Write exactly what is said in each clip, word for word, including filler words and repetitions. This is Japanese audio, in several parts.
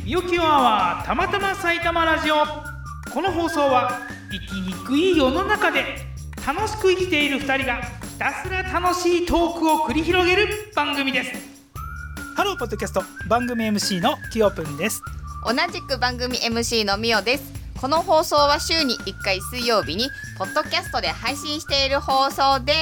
みよきよアワーたまたま埼玉ラジオ。この放送は生きにくい世の中で楽しく生きているふたりがひたすら楽しいトークを繰り広げる番組です。ハローポッドキャスト番組 エムシー のきよぷんです。 同じく番組 エムシー のみおです。この放送は週にいっかい水曜日にポッドキャストで配信している放送です。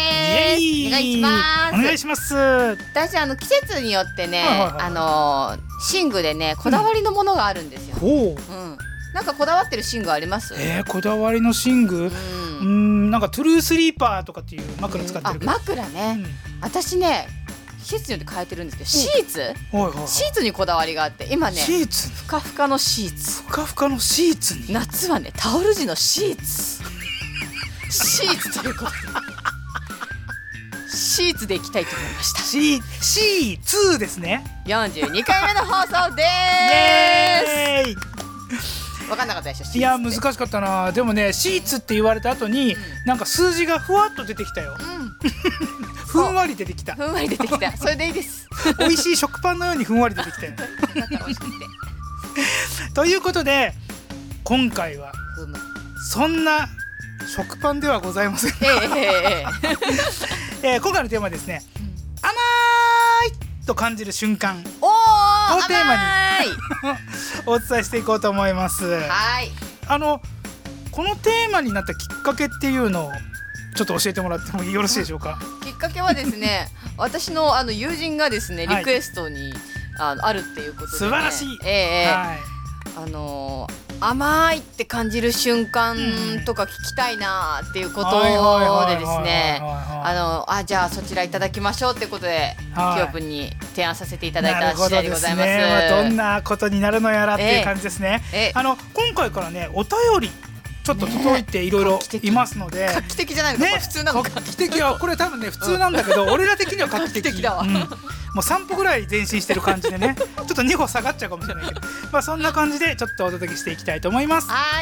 お願いします。 お願いします。 私あの季節によってね、はいはいはい、あの寝具でねこだわりのものがあるんですよ、うんうん、なんかこだわってる寝具あります？ えー、こだわりの寝具、うん、うーんなんかトゥルースリーパーとかっていう枕使ってるけど、 うん、あ枕ね、うん、私ね季節によって変えてるんですけど、シーツ、はいはいはい、シーツにこだわりがあって、今ねシーツふかふかのシーツふかふかのシーツに夏はねタオル地のシーツシーツということでシーツでいきたいと思いました。 シー、シーツーですね。 よんじゅうにかいめの放送でーす。イエーイ。 分かんなかったでしょ。 いや難しかったな。でもねシーツって言われた後に、うん、なんか数字がふわっと出てきたよ、うん、ふんわり出てきた。 ふんわり出てきた。それでいいです。 美味しい食パンのようにふんわり出てきたよということで今回はそんな食パンではございません、えーえーえー、今回のテーマはですね、うん、甘いと感じる瞬間おをテーマにお伝えしていこうと思います。 はい。 あのこのテーマになったきっかけっていうのをちょっと教えてもらってもよろしいでしょうか。 きっかけはですね私のあの友人がですねリクエストに、はい、あのあるっていうことで、ね、 素晴らしい、 えーはい、あのー甘いって感じる瞬間とか聞きたいなっていうことでですね、あのあじゃあそちらいただきましょうってことで、はい、きよぷんに提案させていただいた次第でございます。 なるほどですね。どんなことになるのやらっていう感じですね、えーえー、あの今回からねお便りちょっと届いていろいろいますので、 ね、画期的じゃないのか、ね、普通なのか。 画期的はこれ多分ね普通なんだけど、うん、俺ら的には画期的, 画期的だわ、 うん、もうさん歩ぐらい前進してる感じでねちょっとに歩下がっちゃうかもしれないけどまあそんな感じでちょっとお届けしていきたいと思います。 はい。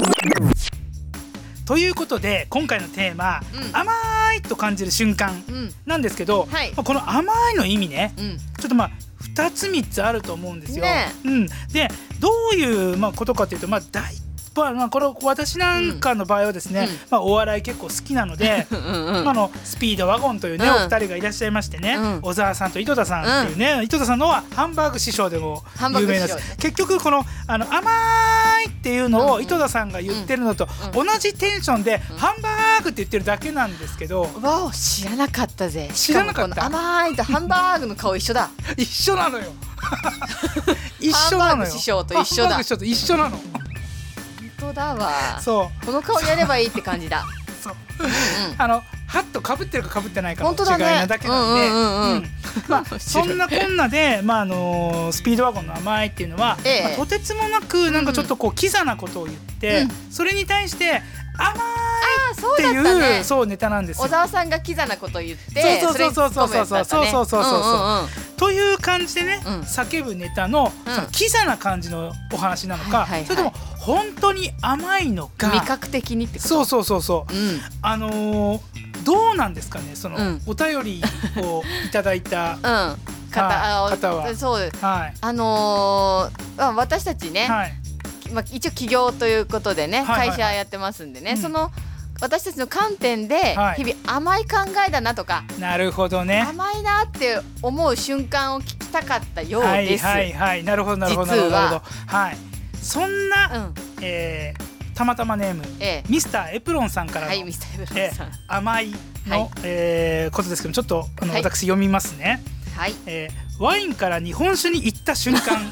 ということで今回のテーマ、うん、甘いと感じる瞬間なんですけど、うんはい、この甘いの意味ね、うん、ちょっとまあふたつみっつあると思うんですよ、ねうん、でどういうまあことかというと、まあ大まあ、これ私なんかの場合はですね、うんまあ、お笑い結構好きなのでうん、うんまあ、のスピードワゴンというね、うん、お二人がいらっしゃいましてね、うん、小沢さんと井戸田さんっていうね、うん、井戸田さんのはハンバーグ師匠でも有名なです。結局この、あの甘いっていうのを井戸田さんが言ってるのと同じテンションでハンバーグって言ってるだけなんですけど、 わお知らなかったぜ。 知らなかった。 甘いとハンバーグの顔一緒だ一緒なのよ一緒なのよ。 ハンバーグ師匠と一緒だ。 ハンバーグ師匠と一緒なの本当だわ。 そうこの顔やればいいって感じだそう、うんうん、あのハッとかぶってるかかぶってないかの違いなだけなんでそんなこんなで、まああのー、スピードワゴンの甘いっていうのは、ええまあ、とてつもなくなんかちょっとこうキザなことを言って、うん、それに対して甘いっていう、ね、そうネタなんですよ。 小沢さんがキザなことを言ってそうそうそうそうそうそうそうそうそうそうという感じでね、うん、叫ぶネタ の,、うん、そのキザな感じのお話なのか、はいはいはい、それとも本当に甘いのか味覚的にってこと。 そうそうそうそう、うん、あのー、どうなんですかねその、うん、お便りをいただいた、うん方, 方はそう、はい、あのー、私たちね、はいまあ、一応起業ということでね、はいはいはい、会社やってますんでね、うん、その私たちの観点で日々甘い考えだなとか、 はい、なるほどね甘いなって思う瞬間を聞きたかったようです。 はいはいはいなるほどなるほど実ははいそんな、うんえー、たまたまネーム、ええ、ミスターエプロンさんからの、 はい、ミスターエプロンさん、えー、 甘いの、はいえー、ことですけどちょっとあの、はい、私読みますね、はいえー、ワインから日本酒に行った瞬間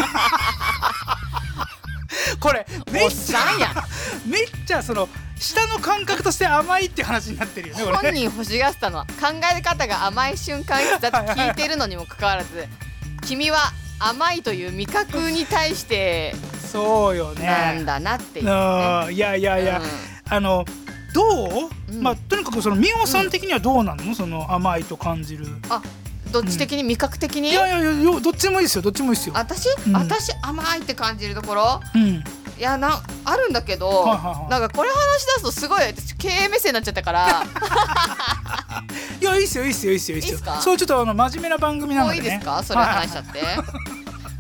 これめっちゃめっちゃその舌の感覚として甘いって話になってるよね。これ本人欲しがったのは考え方が甘い瞬間だって聞いてるのにもかかわらず君は甘いという味覚に対してそうよねなんだなっていう、ね、 いやいやいや、うん、あのどう、うんまあ、とにかくそのみおさん的にはどうなの、うん、その甘いと感じるあどっち的に、うん、味覚的にいやいやいやどっちでもいいですよどっちもいいですよ。 私、うん、私甘いって感じるところ、 うん、 いやなあるんだけど、はいはいはい、なんかこれ話し出すとすごい私経営目線になっちゃったからいやいいっすよいいっすよいいっすよいいっすよ。そうちょっとあの真面目な番組なのでね。 もういいですかそれ話しちゃって、は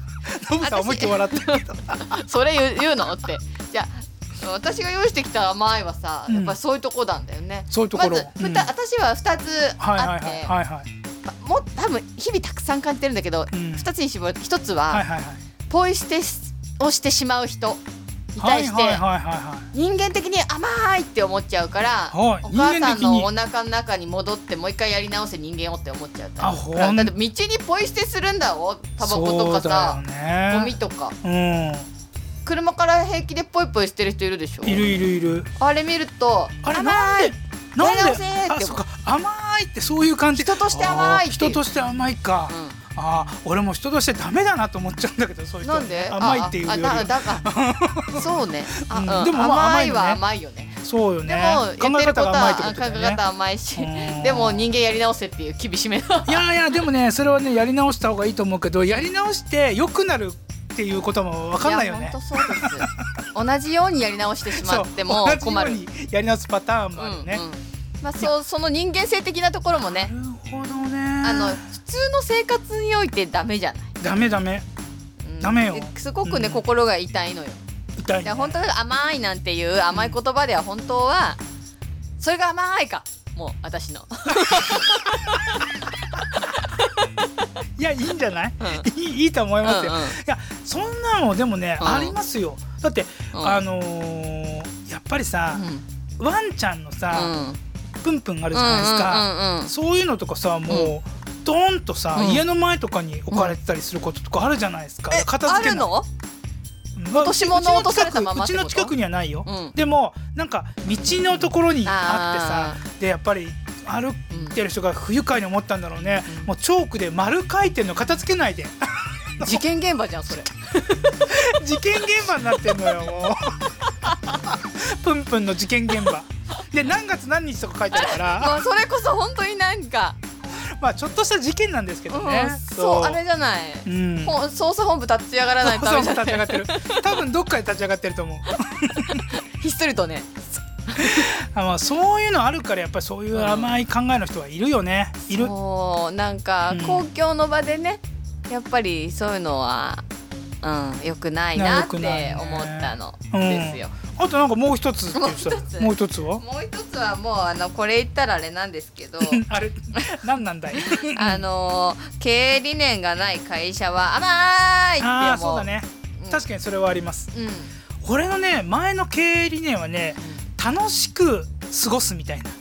ノブさん思いっきり笑ってるけどそれ言う、言うのってじゃあ私が用意してきた甘いはさ、やっぱりそういうとこなんだよね、 そういうところ、 まず、うん、私はふたつあって、 はいはいはいはい、 もう多分日々たくさん感じてるんだけど、うん、ふたつに絞るとひとつは、はいはいはい、ポイ捨てをしてしまう人に対して人間的に甘いって思っちゃうから、はい、お母さんのお腹の中に戻ってもう一回やり直せ人間をって思っちゃうから、だって道にポイ捨てするんだよ、タバコとかさ、ゴミとか、うん、車から平気でポイポイ捨てる人いるでしょ。 いるいるいる。 あれ見るとあれ甘いなんでやり直せってあ、そうか、甘いってそういう感じ。 人として甘いって人として甘いか、うん、あ俺も人としてダメだなと思っちゃうんだけど、そういう人なんで甘いっていうよりああだからそうね、あ、うん、 でもまあ甘いは甘いよね。 そうよね。 でもやってることは考ええ方甘いし、でも人間やり直せっていう厳しめな。 いやいやでもね、それはねやり直した方がいいと思うけど、やり直して良くなるっていうことも分かんないよね。 いや本当そうです。同じようにやり直してしまっても困る。 同じようにやり直すパターンもあるね。 うんうん、まあそうその人間性的なところもね。 なるほどね。 あの普通の生活においてダメじゃない。 ダメダメ、うん、ダメよ。 すごくね、うん、心が痛いのよ。 痛い、ね。 本当は甘いなんていう甘い言葉では本当は、うん、それが甘いかもう私の。 いやいいんじゃない、うん、いいいいと思いますよ、うんうん、いやそんなのでもね、うん、ありますよ。だって、うん、あのー、やっぱりさ、うん、ワンちゃんのさ、うん、プンプンあるじゃないですか、うんうんうん、そういうのとかさもう、うん、ドーンとさ、うん、家の前とかに置かれてたりすることとかあるじゃないですか、うん、片付けない。あるの？落とし物を落とされたままってこと？うちの近くにはないよ、うん、でもなんか道のところにあってさ、でやっぱり歩いてる人が不愉快に思ったんだろうね、うん、もうチョークで丸書いてんの片付けないで。 事件現場じゃんそれ。 事件現場になってんのよもう。プンプンの事件現場で何月何日とか書いてあるから、 もうそれこそ本当になんかまあちょっとした事件なんですけどね、 うん、そうあれじゃない、うん、捜査本部立ち上がらないとダメじゃない。 立ち上がってる。多分どっかで立ち上がってると思う。 ひっそりとね。 あ、まあ、そういうのあるからやっぱりそういう甘い考えの人はいるよね、うん、いる。 そうなんか公共の場でね、やっぱりそういうのは、うん、よくないなって思ったのですよ、 うん、あとなんかもう一つって言ってた。もう一つはもう一つはもうあのこれ言ったらあれなんですけどあれ何なんだい。 あの経営理念がない会社は甘いって思う。 あ、そうだね、うん、確かにそれはあります、うん、俺のね前の経営理念はね、うん、楽しく過ごすみたいな。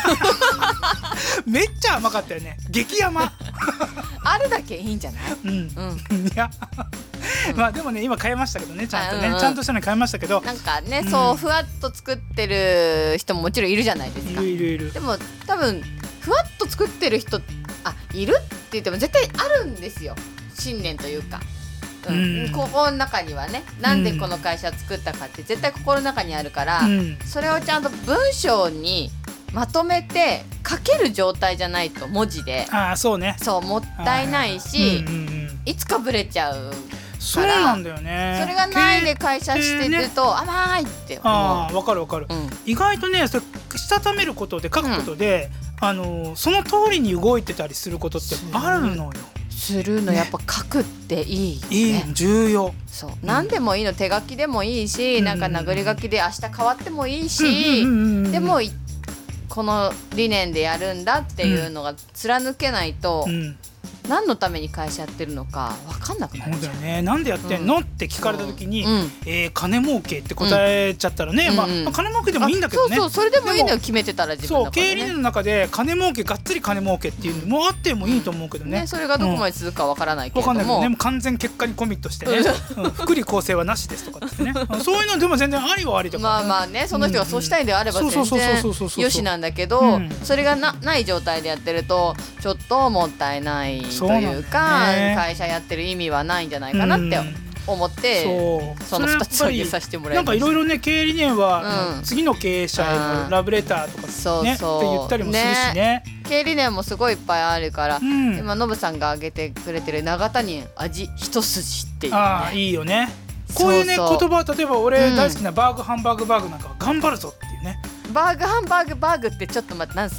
めっちゃ甘かったよね。激甘。 あるだけいいんじゃない？うん、うん、 いや、うん、まあでもね今変えましたけどね、ちゃんとね、うんうん、ちゃんとしたのに変えましたけど、 なんかね、うん、そうふわっと作ってる人ももちろんいるじゃないですか。 いるいるいる。 でも多分ふわっと作ってる人あいるって言っても絶対あるんですよ、信念というか。うん、心の中にはね、なんでこの会社作ったかって絶対心の中にあるから、うん、それをちゃんと文章にまとめて書ける状態じゃないと文字で、 あ、そうね、 そうもったいないし、うんうんうん、いつかぶれちゃうから。 そうなんだよね。 それがないで会社してると、ね、甘いって思う。 あ、わかるわかる、うん、意外とねそれしたためることで書くことで、うん、あのその通りに動いてたりすることってあるのよ。 するのやっぱ書くっていいよね。 いい、重要。 そう、うん、何でもいいの、手書きでもいいし、うん、なんか殴り書きで明日変わってもいいし、うん、でもこの理念でやるんだっていうのが貫けないと、うん、何のために会社やってるのか分かんなくなっちゃう。 そうだよね。なんでやってんの、うん、って聞かれた時に、うん、えー、金儲けって答えちゃったらね、うん、まあまあ、金儲けでもいいんだけどね。 そうそう、それでもいいのよ、決めてたら自分の中で、ね、 そう、経営理念の中で金儲け、がっつり金儲けっていうのもあってもいいと思うけどね、うんね、 それがどこまで続くか分からないけれども、 分かんないけどね、もう完全結果にコミットしてね、うん、福利厚生はなしですとかってねそういうのでも全然ありはありとか、 まあまあね、その人がそうしたいんであれば全然よしなんだけど、うん、それが な, ない状態でやってるとちょっともったいないというか、会社やってる意味はないんじゃないかなって思って、うん、そ, そのふたつを入れさせてもらいました。 なんかいろいろね、経営理念は、うん、次の経営者へのラブレターとか、ね、そうそうって言ったりもするし ね, ね経営理念もすごいいっぱいあるから、うん、今ノブさんが挙げてくれてる長谷園味一筋っていう、ね、 ああいいよね。こういうね、そうそう言葉、例えば俺大好きなバーグハンバーグバーグなんかは頑張るぞっていうね、 バーグハンバーグバーグってちょっと待って、なんですか？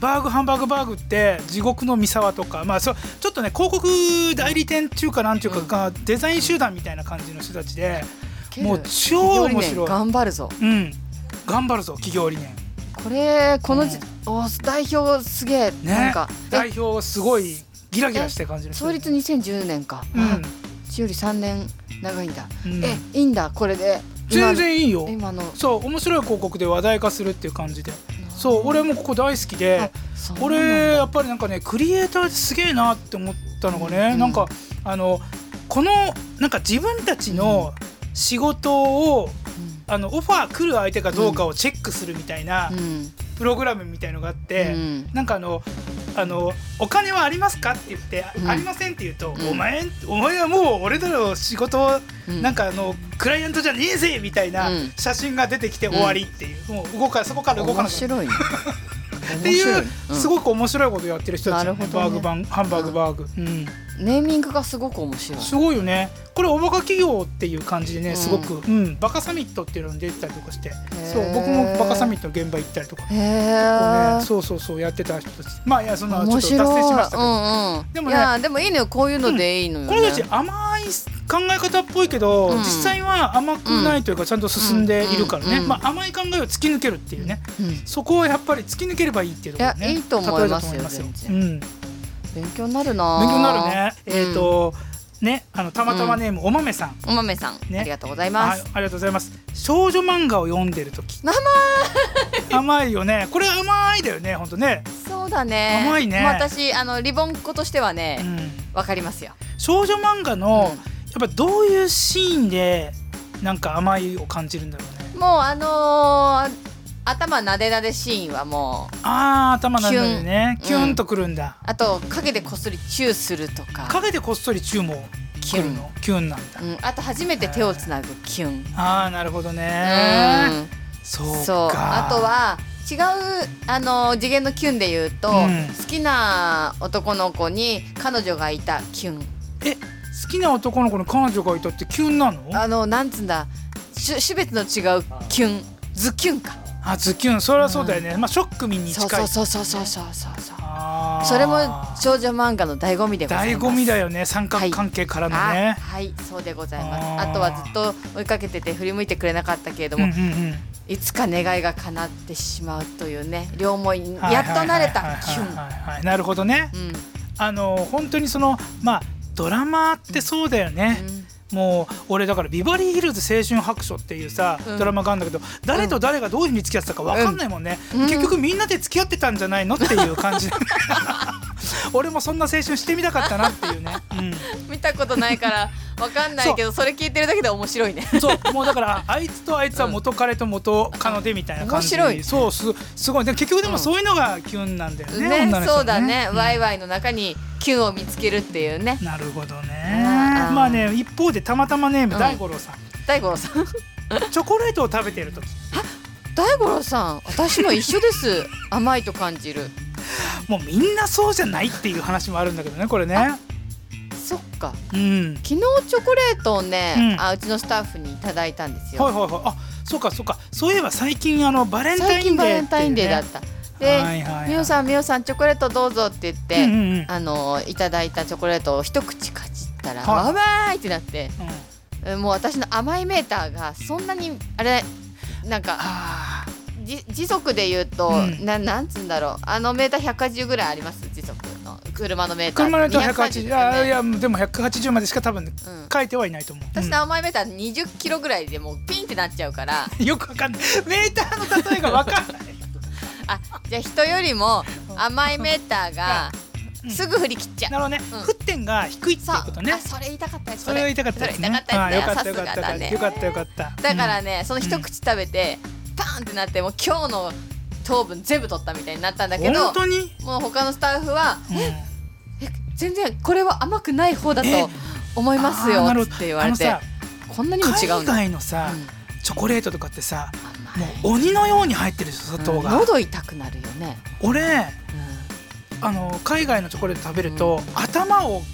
バーグハンバーグバーグって地獄の三沢とか、まあ、そちょっとね広告代理店っていうかなんていうか、うん、デザイン集団みたいな感じの人たちでもう超面白い。 頑張るぞ、 うん、頑張るぞ企業理念。これこの、うん、お代表すげえ、ね、なんか代表すごいギラギラして感じる。 創立にせんじゅうねんか、うん、うちよりさんねん長いんだ、うん、えいいんだこれで。 全然いいよ。 今のそう面白い広告で話題化するっていう感じで、そう俺もここ大好きで、俺やっぱりなんかねクリエイターですげえなって思ったのがね、うん、なんかあのこのなんか自分たちの仕事を、うん、あのオファー来る相手かどうかをチェックするみたいな、うん、プログラムみたいのがあって、うん、なんかあのあのお金はありますかって言って、うん、ありませんって言うと、うん、お前お前はもう俺らの仕事を、うん、なんかあのクライアントじゃねえぜみたいな写真が出てきて終わりっていう、うん、もう動かそこから動かなくなる。面白いねっていう、うん、すごく面白いことやってる人たち、ね、バーグバンハンバーグバーグ、うん、 ネーミングがすごく面白い。 すごいよね。これおバカ企業っていう感じでね、すごく、うんうん、バカサミットっていうのに出てたりとかして、そう僕もバカサミットの現場行ったりとか、へね、そうそうそうやってた人たち。まあいやそんなちょっと脱線しましたけど、うんうん、 でもね、いやでもいいのよこういうのでいいのよ、ね、 うん、これたち甘い考え方っぽいけど、うん、実際は甘くないというかちゃんと進んでいるからね、うんうん、まあ、甘い考えを突き抜けるっていうね、うん、そこをやっぱり突き抜ければいいっていうところね。 いやいいと思いますよ全然、うん、勉強になるな。 勉強になるね。えーと、うん、ね、あのたまたまネーム、うん、お豆さん、 お豆さん、ね、ありがとうございます。 あ、ありがとうございます。少女漫画を読んでるとき甘い甘いよね。これ甘いだよね本当ね。 そうだね、 甘いね。 まあ、私あのリボン子としてはね、わ、うん、かりますよ。 少女漫画の、うん、やっぱどういうシーンでなんか甘いを感じるんだろうね。 もうあのー頭なでなでシーンはもうあー頭なでなでねキュンとくるんだ、 うん、あと影でこっそりチューするとか。 影でこっそりチューもキュンのキュンなんだ、 うん、あと初めて手をつなぐキュン。 あーなるほどね、うん、そうか。そうあとは違うあの次元のキュンで言うと、うん、好きな男の子に彼女がいたキュン。 え好きな男の子に彼女がいたってキュンなの？ あのなんつうんだ種別の違うキュンズキュンか。 あズキュンそれはそうだよね、うん、まあショックミンに近い。 そうそうそうそうそうそう。それも少女漫画の醍醐味でございます。 醍醐味だよね三角関係からのね、 はい、はい、そうでございます。 あ, あとはずっと追いかけてて振り向いてくれなかったけれども、うんうんうん、いつか願いが叶ってしまうというね両思いにやっと慣れたキュン。 なるほどね、うん、あの本当にそのまあドラマってそうだよね、うんもう俺だからビバリーヒルズ青春白書っていうさ、うん、ドラマがあるんだけど誰と誰がどういうふうに付き合ってたか分かんないもんね、うん、結局みんなで付き合ってたんじゃないのっていう感じ俺もそんな青春してみたかったなっていうね、うん、 見たことないから分かんないけど そ, それ聞いてるだけで面白いね。 そうもうだからあいつとあいつは元彼と元カノでみたいな感じ、 面白いそう す, すごいで結局でもそういうのがキュンなんだよね、うん、 ね女の人ね。 そうだね、うん、ワイワイの中にキュンを見つけるっていうね。 なるほどね。まあね一方でたまたまネーム、うん、大五郎さん大五郎さんチョコレートを食べてる時大五郎さん私も一緒です甘いと感じる。 もうみんなそうじゃないっていう話もあるんだけどねこれね。 そっか、 うん、 昨日チョコレートをね、うん、あうちのスタッフにいただいたんですよ。 はいはいはい。あそうかそうか。そういえば最近あのバレンタインデー、ね、 最近バレンタインデーだった。で、はいはいはい、みおさんみおさんチョコレートどうぞって言って、うんうんうん、あのいただいたチョコレートを一口かじったら、はい、わーいってなって、うん、もう私の甘いメーターがそんなにあれなんか時速で言うと、うん、な, なんつうんだろうあのメーターひゃくはちじゅうぐらいあります時速の車のメーター。 車のメーターひゃくはちじゅう、あいやでもひゃくはちじゅうまでしか多分、うん、書いてはいないと思う。 私の甘いメーターにじゅっキロぐらいでもうピンってなっちゃうからよくわかんないメーターの例えがわかんないあじゃあ人よりも甘いメーターがすぐ振り切っちゃう、うん、 なるほどね、うん、沸点が低いっていうことね。 あそれ言いたかったやつ。 それ言いたかったやつね。よかったよかったよかったよかった。 だからね、うん、その一口食べて、うん、パーンってなってもう今日の糖分全部取ったみたいになったんだけど本当にもう他のスタッフは、うん、え全然これは甘くない方だと思いますよって言われてこんなにも違うんだ。 海外のさ、うん、チョコレートとかってさもう鬼のように入ってるでしょ砂糖が、 うん、喉痛くなるよね。 俺、うん、あの海外のチョコレート食べると、うん、頭を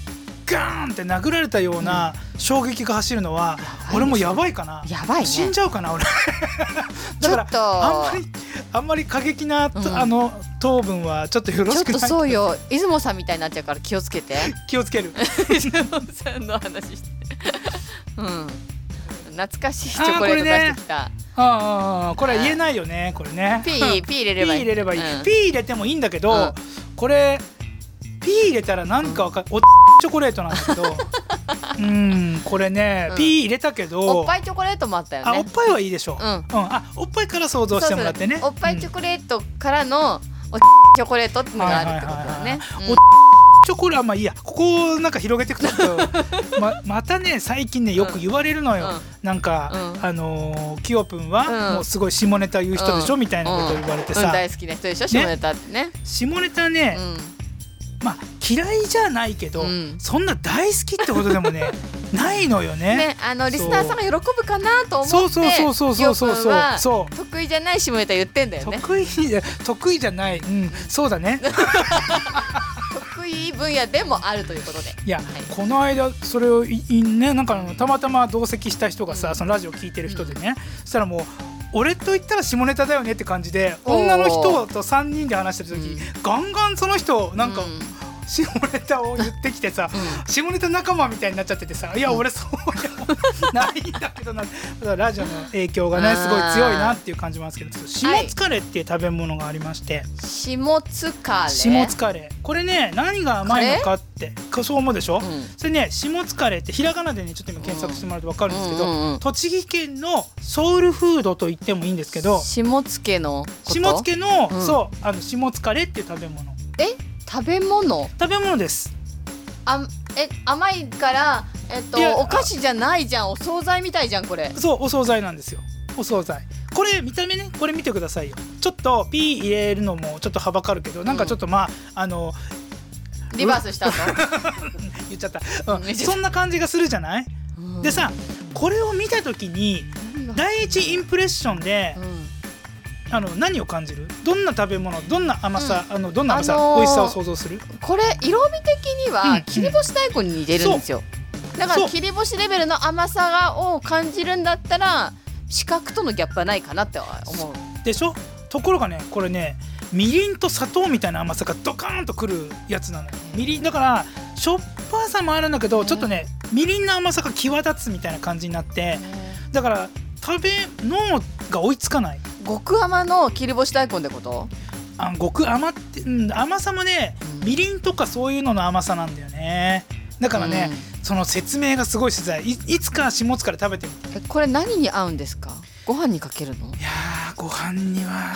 ガーンって殴られたような衝撃が走るのは、うん、俺もやばいかな。 やばいね。 死んじゃうかな俺だからあんまりあんまり過激な、うん、あの糖分はちょっとよろしくない。 ちょっとそうよ、出雲さんみたいになっちゃうから気をつけて気をつける出雲さんの話してうん懐かしいチョコレート出してきた。 ああこれ言えないよねこれね。 ピーピー入れればいい。 ピー入れればいい、うん、ピー入れてもいいんだけど、うん、これピー入れたらなんかわかる、うん、おチョコレートなんだけどうんこれね、うん、ピー入れたけどおっぱいチョコレートもあったよね。 あおっぱいはいいでしょう、うんうん、あおっぱいから想像してもらってね。 そうそう、おっぱいチョコレートからのおチョコレートってのがあるってことだね。 チョコレート、まあいいや、ここをなんか広げていくとま, またね最近ねよく言われるのよ、うん、なんか、うん、あのー、キヨプンはもうすごい下ネタ言う人でしょ、うん、みたいなこと言われてさ、 うんうん、大好きな人でしょ下ネタってね。 下ネタね、うん、まあ嫌いじゃないけど、うん、そんな大好きってことでもねないのよね。 ね、あのリスナーさんが喜ぶかなと思ってそうそうそうそうそうそうそうそう得意じゃない下ネタ言ってんだよね。 得意得意じゃない、うん、そうだね得意分野でもあるということで。 いや、はい、この間それをいねなんかたまたま同席した人がさ、そのラジオ聞いてる人でね、うん、そしたらもう俺と言ったら下ネタだよねって感じで女の人とさんにんで話してる時、うん、ガンガンその人なんか、うん下ネタを言ってきてさ、うん、下ネタ仲間みたいになっちゃっててさ、いや俺そうないんだけどなラジオの影響がねすごい強いなっていう感じもあるんですけど、下津カレーっていう食べ物がありまして、 下津カレー下津カレーこれね何が甘いのかってそう思うでしょ、うん、それね下津カレーってひらがなでねちょっと今検索してもらうと分かるんですけど、うんうんうん、栃木県のソウルフードと言ってもいいんですけど、 下津家のこと下津家の、うん、そうあの下津カレーっていう食べ物。 え食べ物食べ物です。 あえ甘いから、えっと、お菓子じゃないじゃん、お惣菜みたいじゃんこれ。 そうお惣菜なんですよ、お惣菜。これ見た目ねこれ見てくださいよ。ちょっとピー入れるのもちょっとはばかるけど、うん、なんかちょっとまああのリバースしたと言っちゃった、うん、そんな感じがするじゃない、うん、でさこれを見た時に第一インプレッションで、うんあの何を感じる？どんな食べ物、どんな甘さ、うん、あのどんな甘さ、あのー、美味しさを想像する？ これ色味的には切り干し大根に似てるんですよ、うんうん、だから切り干しレベルの甘さを感じるんだったら視覚とのギャップはないかなって思うでしょ。ところがねこれねみりんと砂糖みたいな甘さがドカーンとくるやつなのよ。みりんだからしょっぱさもあるんだけど、ちょっとねみりんの甘さが際立つみたいな感じになって、だから食べ脳が追いつかない。 極甘の切り干し大根ってこと？ あ極甘って、うん、甘さもね、うん、みりんとかそういうのの甘さなんだよね。だからね、うん、その説明がすごいしづらい。 い, いつか下津から食べてみて。 えこれ何に合うんですか？ご飯にかけるの？いやご飯には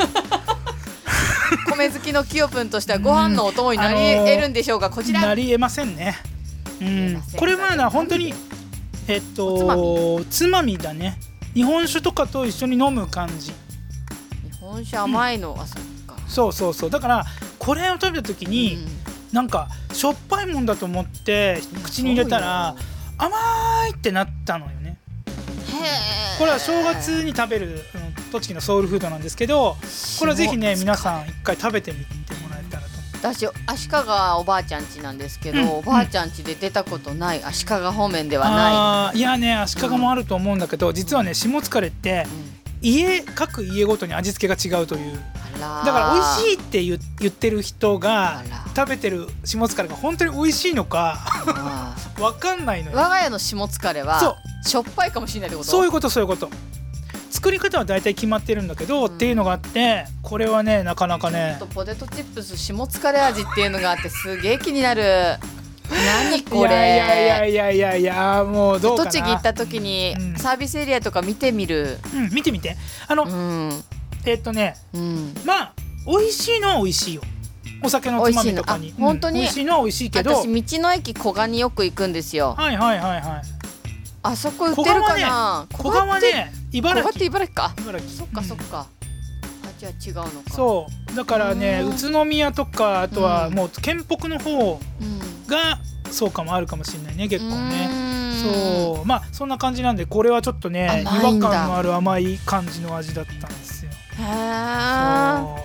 米好きのキヨプンとしてはご飯のお供になり得るんでしょうか、こちらなり得ませんね、うん、これはな本当にえっとつまみ、つまみだね。日本酒とかと一緒に飲む感じ。日本酒甘いの、うん、あそっか。 そうそうそう。だからこれを食べた時に、うん、なんかしょっぱいもんだと思って口に入れたら甘いってなったのよね。へー。これは正月に食べる、うん、栃木のソウルフードなんですけど、これはぜひね皆さん一回食べてみてもらえたらと。 私足利おばあちゃん家なんですけど、うん、おばあちゃん家で出たことない足利方面ではない。 あいやね足利もあると思うんだけど、うん、実はね下津カレーって、うん、家各家ごとに味付けが違うという。だから美味しいって言、言ってる人が食べてる下津カレーが本当に美味しいのかわかんないのよ。 我が家の下津カレーはしょっぱいかもしれないってこと？ そういうことそういうこと。作り方は大体決まってるんだけど、うん、っていうのがあって、これはねなかなかねちょっとポテトチップス下津カレー味っていうのがあってすげえ気になる。何これ。いやいやいやいやいやもうどうかな。 栃木行った時にサービスエリアとか見てみる。 うん、見てみて。あの、うん、えー、っとね、うん、まあ美味しいのは美味しいよ。お酒のつまみとかに。 本当に、うん、 美味しいのは美味しいけど。 私道の駅古賀によく行くんですよ。 はいはいはいはい。 あそこ売ってるかな。 古賀はね茨城。 古賀って茨城か。 茨城。 そっかそっか。あじゃあ違うのか。 そうだからね宇都宮とかあとはもう県北の方がそうかもあるかもしれないね結構ね。そうまあそんな感じなんで、これはちょっとね違和感のある甘い感じの味だったんですよ。 へえ。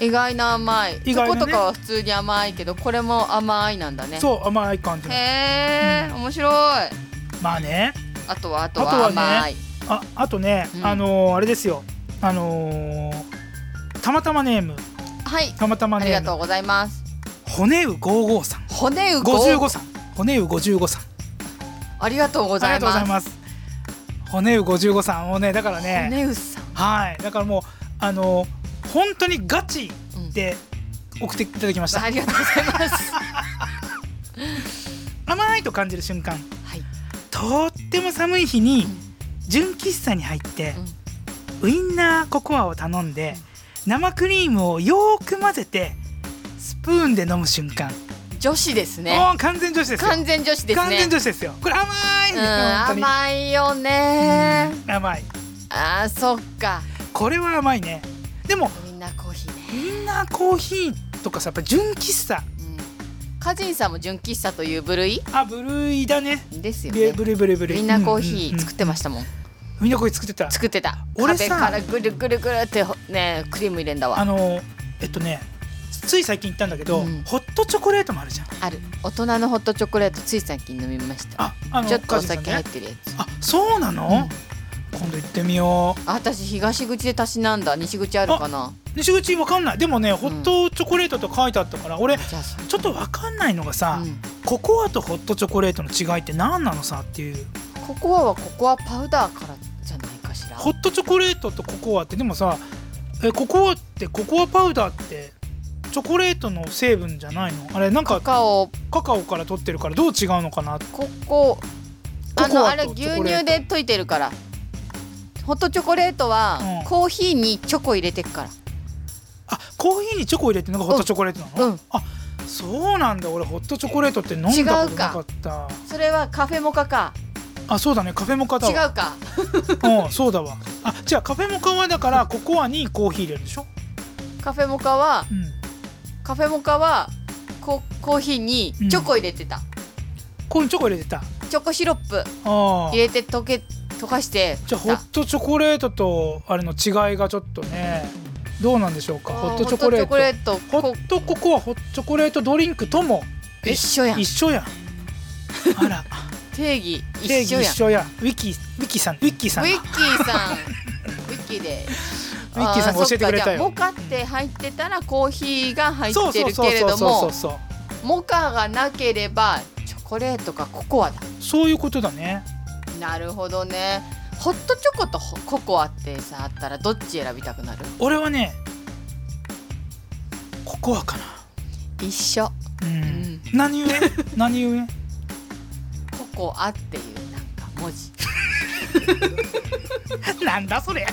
意外な甘い。チョコとかは普通に甘いけど、これも甘いなんだね。 そう、甘い感じ。 へえ、面白い。 まあね。 あとはあとは甘い。 あ、あとね、あのあれですよ。あのたまたまネーム。 はい。 たまたまネーム。 ありがとうございます。 骨うごじゅうごさん。 骨うごじゅうごさん。骨うごじゅうごさん。 ありがとうございます。ありがとうございます。 骨うごじゅうごさんをね、だからね。 骨うさん。 はい、だからもうあの本当にガチで送っていただきました。 ありがとうございます。 甘いと感じる瞬間。 はい。 とっても寒い日に純喫茶に入って、うん、ウインナーココアを頼んで、うん、生クリームをよーく混ぜてスプーンで飲む瞬間。 女子ですね。 もう完全女子ですよ。 完全女子ですね。 完全女子ですよ。これ甘いんですよ。本当に甘いよね。 甘い。 あー、そっか。 これは甘いね。でもウインナーコーヒーね。 ウインナーコーヒーとかさ、やっぱ純喫茶。 カジンさんも純喫茶という部類？ あ、部類だね。 ですよね。 部類部類部類。 ウインナーコーヒー作ってましたもん。 ウインナーコーヒー作ってた。 作ってた。 俺さ、 壁からぐるぐるぐるってね、クリーム入れんだわ。 あのえっとね、つい最近言ったんだけど、うん、ホットチョコレートもあるじゃん。 ある。大人のホットチョコレートつい最近飲みました。 あ、あのちょっとお酒入ってるやつ。 あ、そうなの？うん、今度行ってみよう。 あ、私東口でたしなんだ。西口あるかな。 西口わかんない。でもね、うん、ホットチョコレートと書いてあったから、俺ちょっとわかんないのがさ、うん、ココアとホットチョコレートの違いって何なのさっていう。 ココアはココアパウダーからじゃないかしら。 ホットチョコレートとココアってでもさ、えココアってココアパウダーってチョコレートの成分じゃないの？あれなんかカカオカカオから取ってるからどう違うのかな。 ココあのあれ牛乳で溶いてるから。ホットチョコレートは、うん、コーヒーにチョコ入れてくから。 あ、コーヒーにチョコ入れてるのがホットチョコレートなの？うん、あ、そうなんだ。俺ホットチョコレートって飲んだことなかった。 それはカフェモカか。 あ、そうだね、カフェモカだわ。 違うか。 うん、そうだわ。あ、じゃあカフェモカはだからココアにコーヒー入れるでしょ。 カフェモカは、うん、カフェモカはココーヒーにチョコ入れてた。うん、 こういうチョコ入れてた。 チョコシロップ入れて溶け溶かして。 じゃあホットチョコレートとあれの違いがちょっとね、どうなんでしょうか。ホットチョコレート、ホットココア、ホットチョコレートドリンクとも一緒やん。 一緒やん。あら。 定義一緒やん。 定義一緒やん。ウィキウィキさんウィッキーさん。 ウィッキーさん。ウィッキーで。 ウィッキーさんが教えてくれたよ。 モカって入ってたらコーヒーが入ってるけれども、モカがなければチョコレートかココアだ。 そういうことだね。 なるほどね。ホットチョコとココアってさあったらどっち選びたくなる？ 俺はね、ココアかな。 一緒。 うん。うん、何故？何故？ ココアっていうなんか文字。 なんだそれ。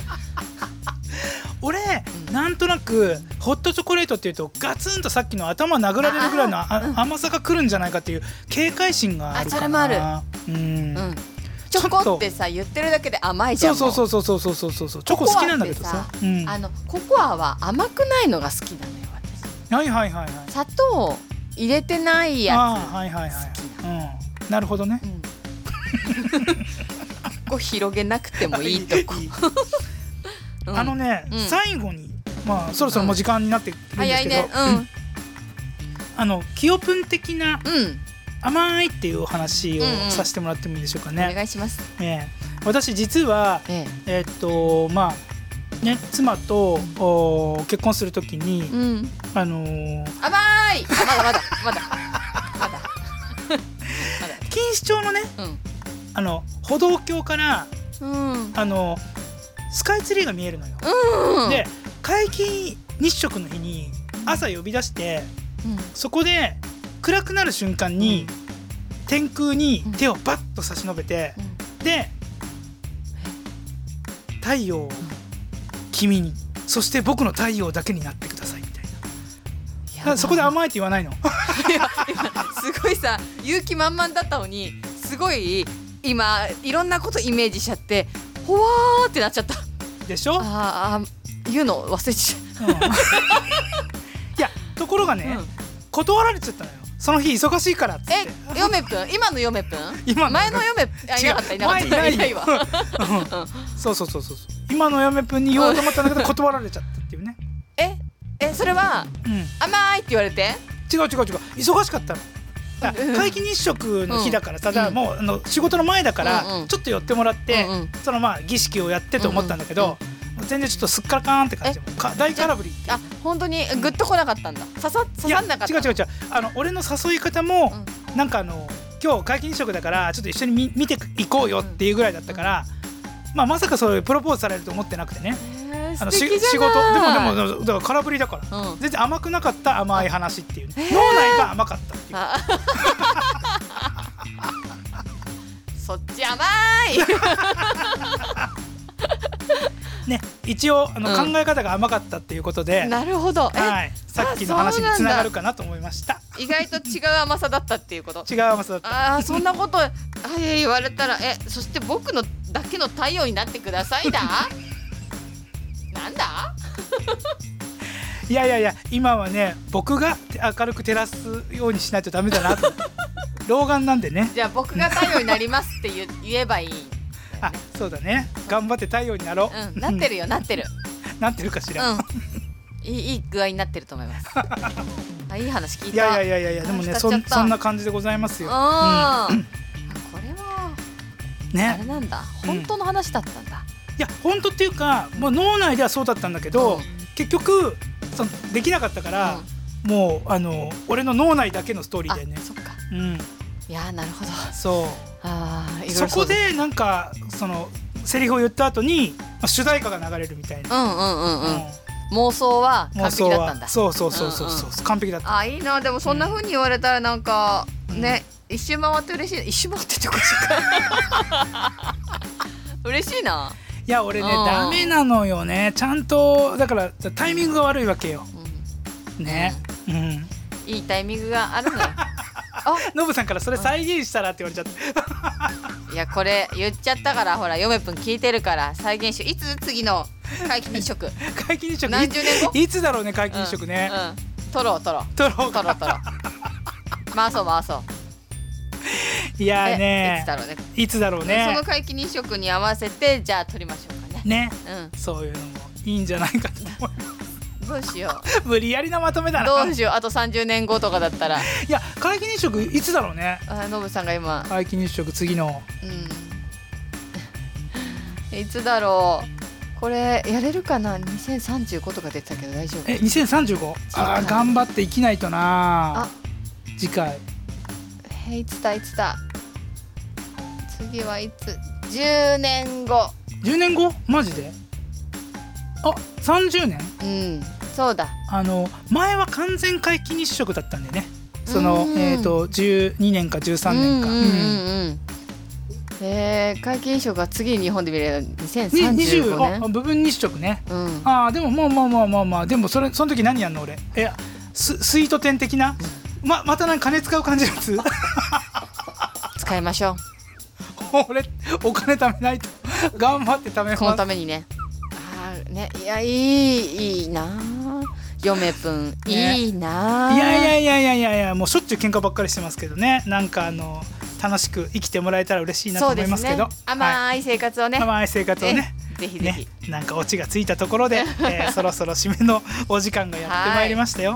俺、うん、なんとなくホットチョコレートっていうとガツンとさっきの頭殴られるぐらいのあ、うん、甘さが来るんじゃないかっていう警戒心があるかな。あ、それもある。うん。うん、 チョコってさ言ってるだけで甘いじゃん。 そうそうそうそうそうそうそうそう。チョコ好きなんだけどさ。 うん、あのココアは甘くないのが好きなのよ私。 はいはいはいはい。 砂糖入れてないやつ。 あ、はいはいはい。好きな。うん。なるほどね。うん、 ここ広げなくてもいいとこ。 うん、あのね、うん、最後にまあそろそろもう時間になってくるんですけど、早いね、うん、あのキヨプン的な、うん、甘いっていうお話をさせてもらってもいいでしょうかね。 お願いします。 えー、私実は、えええー、っとまあね、妻と、うん、お結婚するときに、うん、あのー、 甘いまだまだまだまだ錦糸町のね、うん、あの歩道橋から、うん、あのスカイツリーが見えるのよ。うん、で皆既日食の日に朝呼び出して、うん、そこで暗くなる瞬間に、うん、天空に手をバッと差し伸べて、うん、で太陽を君に、そして僕の太陽だけになってくださいみたいな。そこで甘いって言わないの。いやすごいさ勇気満々だったのにすごい今いろんなことイメージしちゃってほわーってなっちゃった。 でしょ。 ああ言うの忘れちゃう、うん、いやところがね、うん、断られちゃったのよ。その日忙しいからっつって。 え、嫁ぷん今の嫁ぷん今前の嫁あいなかったいなかったいないいないわ、うん、 そうそうそうそう今の嫁ぷんに言おうと思ったんだけど断られちゃったっていうね。 えええそれは、うん、甘いって言われて？ 違う違う違う、忙しかったの。皆既日食の日だからさ、うん、だからもうあの仕事の前だから、うんうん、ちょっと寄ってもらって、うんうん、そのまあ儀式をやってと思ったんだけど、うんうん、全然ちょっとすっからかーんって感じで大空振り。 あ、本当にグッと来なかったんだ。刺さ刺さんなかった。 違う違う違う、あの俺の誘い方も、うん、なんかあの今日皆既日食だからちょっと一緒に 見, 見ていこうよっていうぐらいだったから、うん、まあまさかそういうプロポーズされると思ってなくてね。 あの仕事でもでもだから空振りだから、うん、全然甘くなかった甘い話っていう、ね、脳内が甘かったっていう。 そっち甘いね、一応あの、うん、考え方が甘かったっていうことで、 なるほど、 はい、さっきの話につながるかなと思いました。 意外と違う甘さだったっていうこと。 違う甘さだった。 あ、そんなことあ言われたら、えそして僕のだけの太陽になってくださいだなんだいやいやいや、今はね僕が明るく照らすようにしないとダメだなと老眼なんでね。 じゃあ僕が太陽になりますって 言, 言えばいい、ね、 あ、そうだね、頑張って太陽になろう、うん、なってるよなってるなってるかしら、うん、 い, い, いい具合になってると思いますあ、いい話聞いた。 いやいやいやいや、でもね そ, そんな感じでございますよ。 あ、うん、これはね、あれなんだ、本当の話だったんだ、 うん、いや本当っていうか、もう脳内ではそうだったんだけど、うん、結局そのできなかったから、うん、もうあの俺の脳内だけのストーリーでね。 そっか、 うん、 いやなるほど。 そう、 あ、いろいろそ, そこでなんかそのセリフを言った後に、まあ、主題歌が流れるみたいな。 うんうんうんうん、うん、妄想は完璧だったんだ。 そうそうそうそうそう、うんうん、完璧だった。 あ、いいな。でもそんな風に言われたらなんか、うん、ね、一周回って嬉しい。一周回ってってことか嬉しいな。 いや俺ね、ダメなのよね、ちゃんと。だからタイミングが悪いわけよ、うん、ね、うん、うん、 いいタイミングがあるのよノブさんからそれ再現したらって言われちゃっていやこれ言っちゃったから、ほらヨメプン聞いてるから再現しよう。いつ次の皆既日食皆既日食何十年後いつだろうね、皆既日食ね、 うんうん、撮ろう撮ろう撮ろう撮ろう撮ろう回そう回そう。 いやーね、 いつだろうね、 いつだろうね。 その皆既日食に合わせてじゃあ撮りましょうかね。 ね、うん、そういうのもいいんじゃないかと思います。 どうしよう無理やりなまとめだな。 どうしよう、あとさんじゅうねんごとかだったら。いや皆既日食いつだろうね。 あ、ノブさんが今皆既日食次の、 うん、いつだろう。これやれるかな。にせんさんじゅうごとか出てたけど大丈夫？ え、にせんさんじゅうご？あー、頑張って生きないとな。あ、次回え、いつだいつだ次はいつ？じゅうねんご。 じゅうねんご？マジで？あ、さんじゅうねん？ うん、そうだ。 あの前は完全皆既日食だったんでね。その、えーとじゅうにねんかじゅうさんねんか。うんうんうん、 えー、皆既日食が次に日本で見れるにせんさんじゅうごねん。 あ、部分日食ね。 うん、 ああ、でもまあまあまあまあまあ、でもそれその時何やんの俺。え、ス, スイート店的な？ままたなんか金使う感じのやつ？ 使いましょう。 俺お金貯めないと頑張って貯めます。 このためにね。ね、いや、いいいいな、嫁ぷん、ね、いいな。 いやいやいやいやいやいや、もうしょっちゅう喧嘩ばっかりしてますけどね。なんかあの楽しく生きてもらえたら嬉しいなと思いますけど、 ね、甘い生活をね、 はい、甘い生活をね、 ぜひぜひ、 ね、なんかオチがついたところで、えー、そろそろ締めのお時間がやってまいりましたよ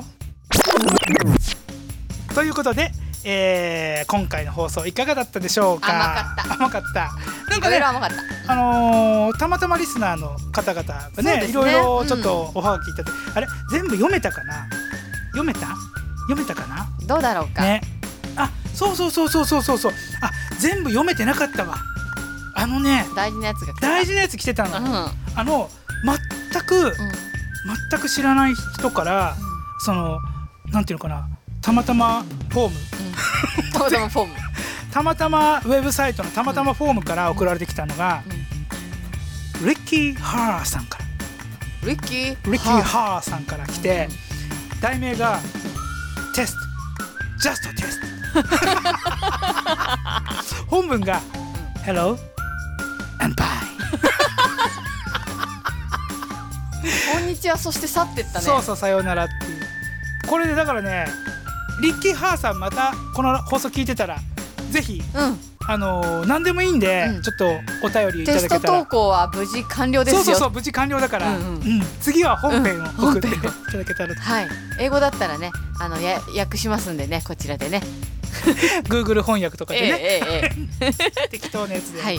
ということで、えー、今回の放送いかがだったでしょうか。 甘かった甘かったなんかね、 甘かった、 あのー、たまたまリスナーの方々が ね, ねいろいろちょっとおはがきいただいて、うん、あれ全部読めたかな読めた読めたかなどうだろうか、 ね、あ、そうそうそうそうそうそうそう、あ、全部読めてなかったわ。あのね、 大事なやつが来てた。 大事なやつ来てたの、うん、あの全く、うん、全く知らない人から、うん、そのなんていうのかな、たまたまフォーム、 うん、たまたまフォームたまたまウェブサイトのたまたまフォームから送られてきたのが、うん、リッキー・ハーさんからリッキー・リッキー・ハーさんから来て、うん、題名がテスト Just a test 本文が Hello and bye こんにちは、そして去ってったね。 そうそう、さようならっていう。これでだからね、リッキー・ハーさんまたこの放送聞いてたらぜひ、 うん、 あのー、何でもいいんで、うん、ちょっとお便りいただけたら。 テスト投稿は無事完了ですよ。 そうそうそう、無事完了だから、うんうんうん、次は本編を送っていただけたらと、 はい、英語だったらね、あのや訳しますんでね、こちらでね Google 翻訳とかでね、 えーえーえー、適当なやつで、 はい、 はい、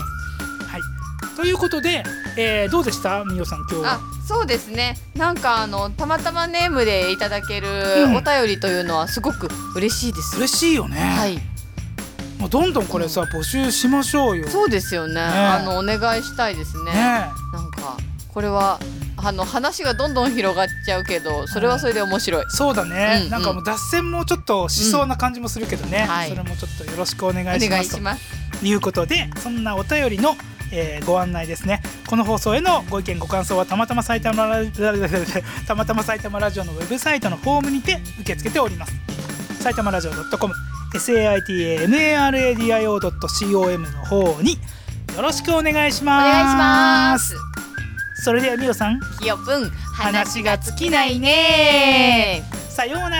ということで、えー、どうでしたみおさん今日は。 あ、そうですね、なんかあのたまたまネームでいただけるお便りというのはすごく嬉しいです。 嬉しいよね。 はい、 もうどんどんこれさ、うん、募集しましょうよ。 そうですよね、ね、あのお願いしたいですね。ね、なんかこれはあの話がどんどん広がっちゃうけど、それはそれで面白い、 うん、そうだね、うんうん、なんかもう脱線もちょっとしそうな感じもするけどね、うん、はい、それもちょっとよろしくお願いしますということで、そんなお便りの、えー、ご案内ですね。この放送へのご意見ご感想はたまたま埼玉ラたまたま埼玉ラジオのウェブサイトのフォームにて受け付けております。埼玉ラジオ .com saitamaradio.com の方によろしくお願いします。 お願いします。 それではみおさん、 ひよぷん、 話が尽きないね。さようなら。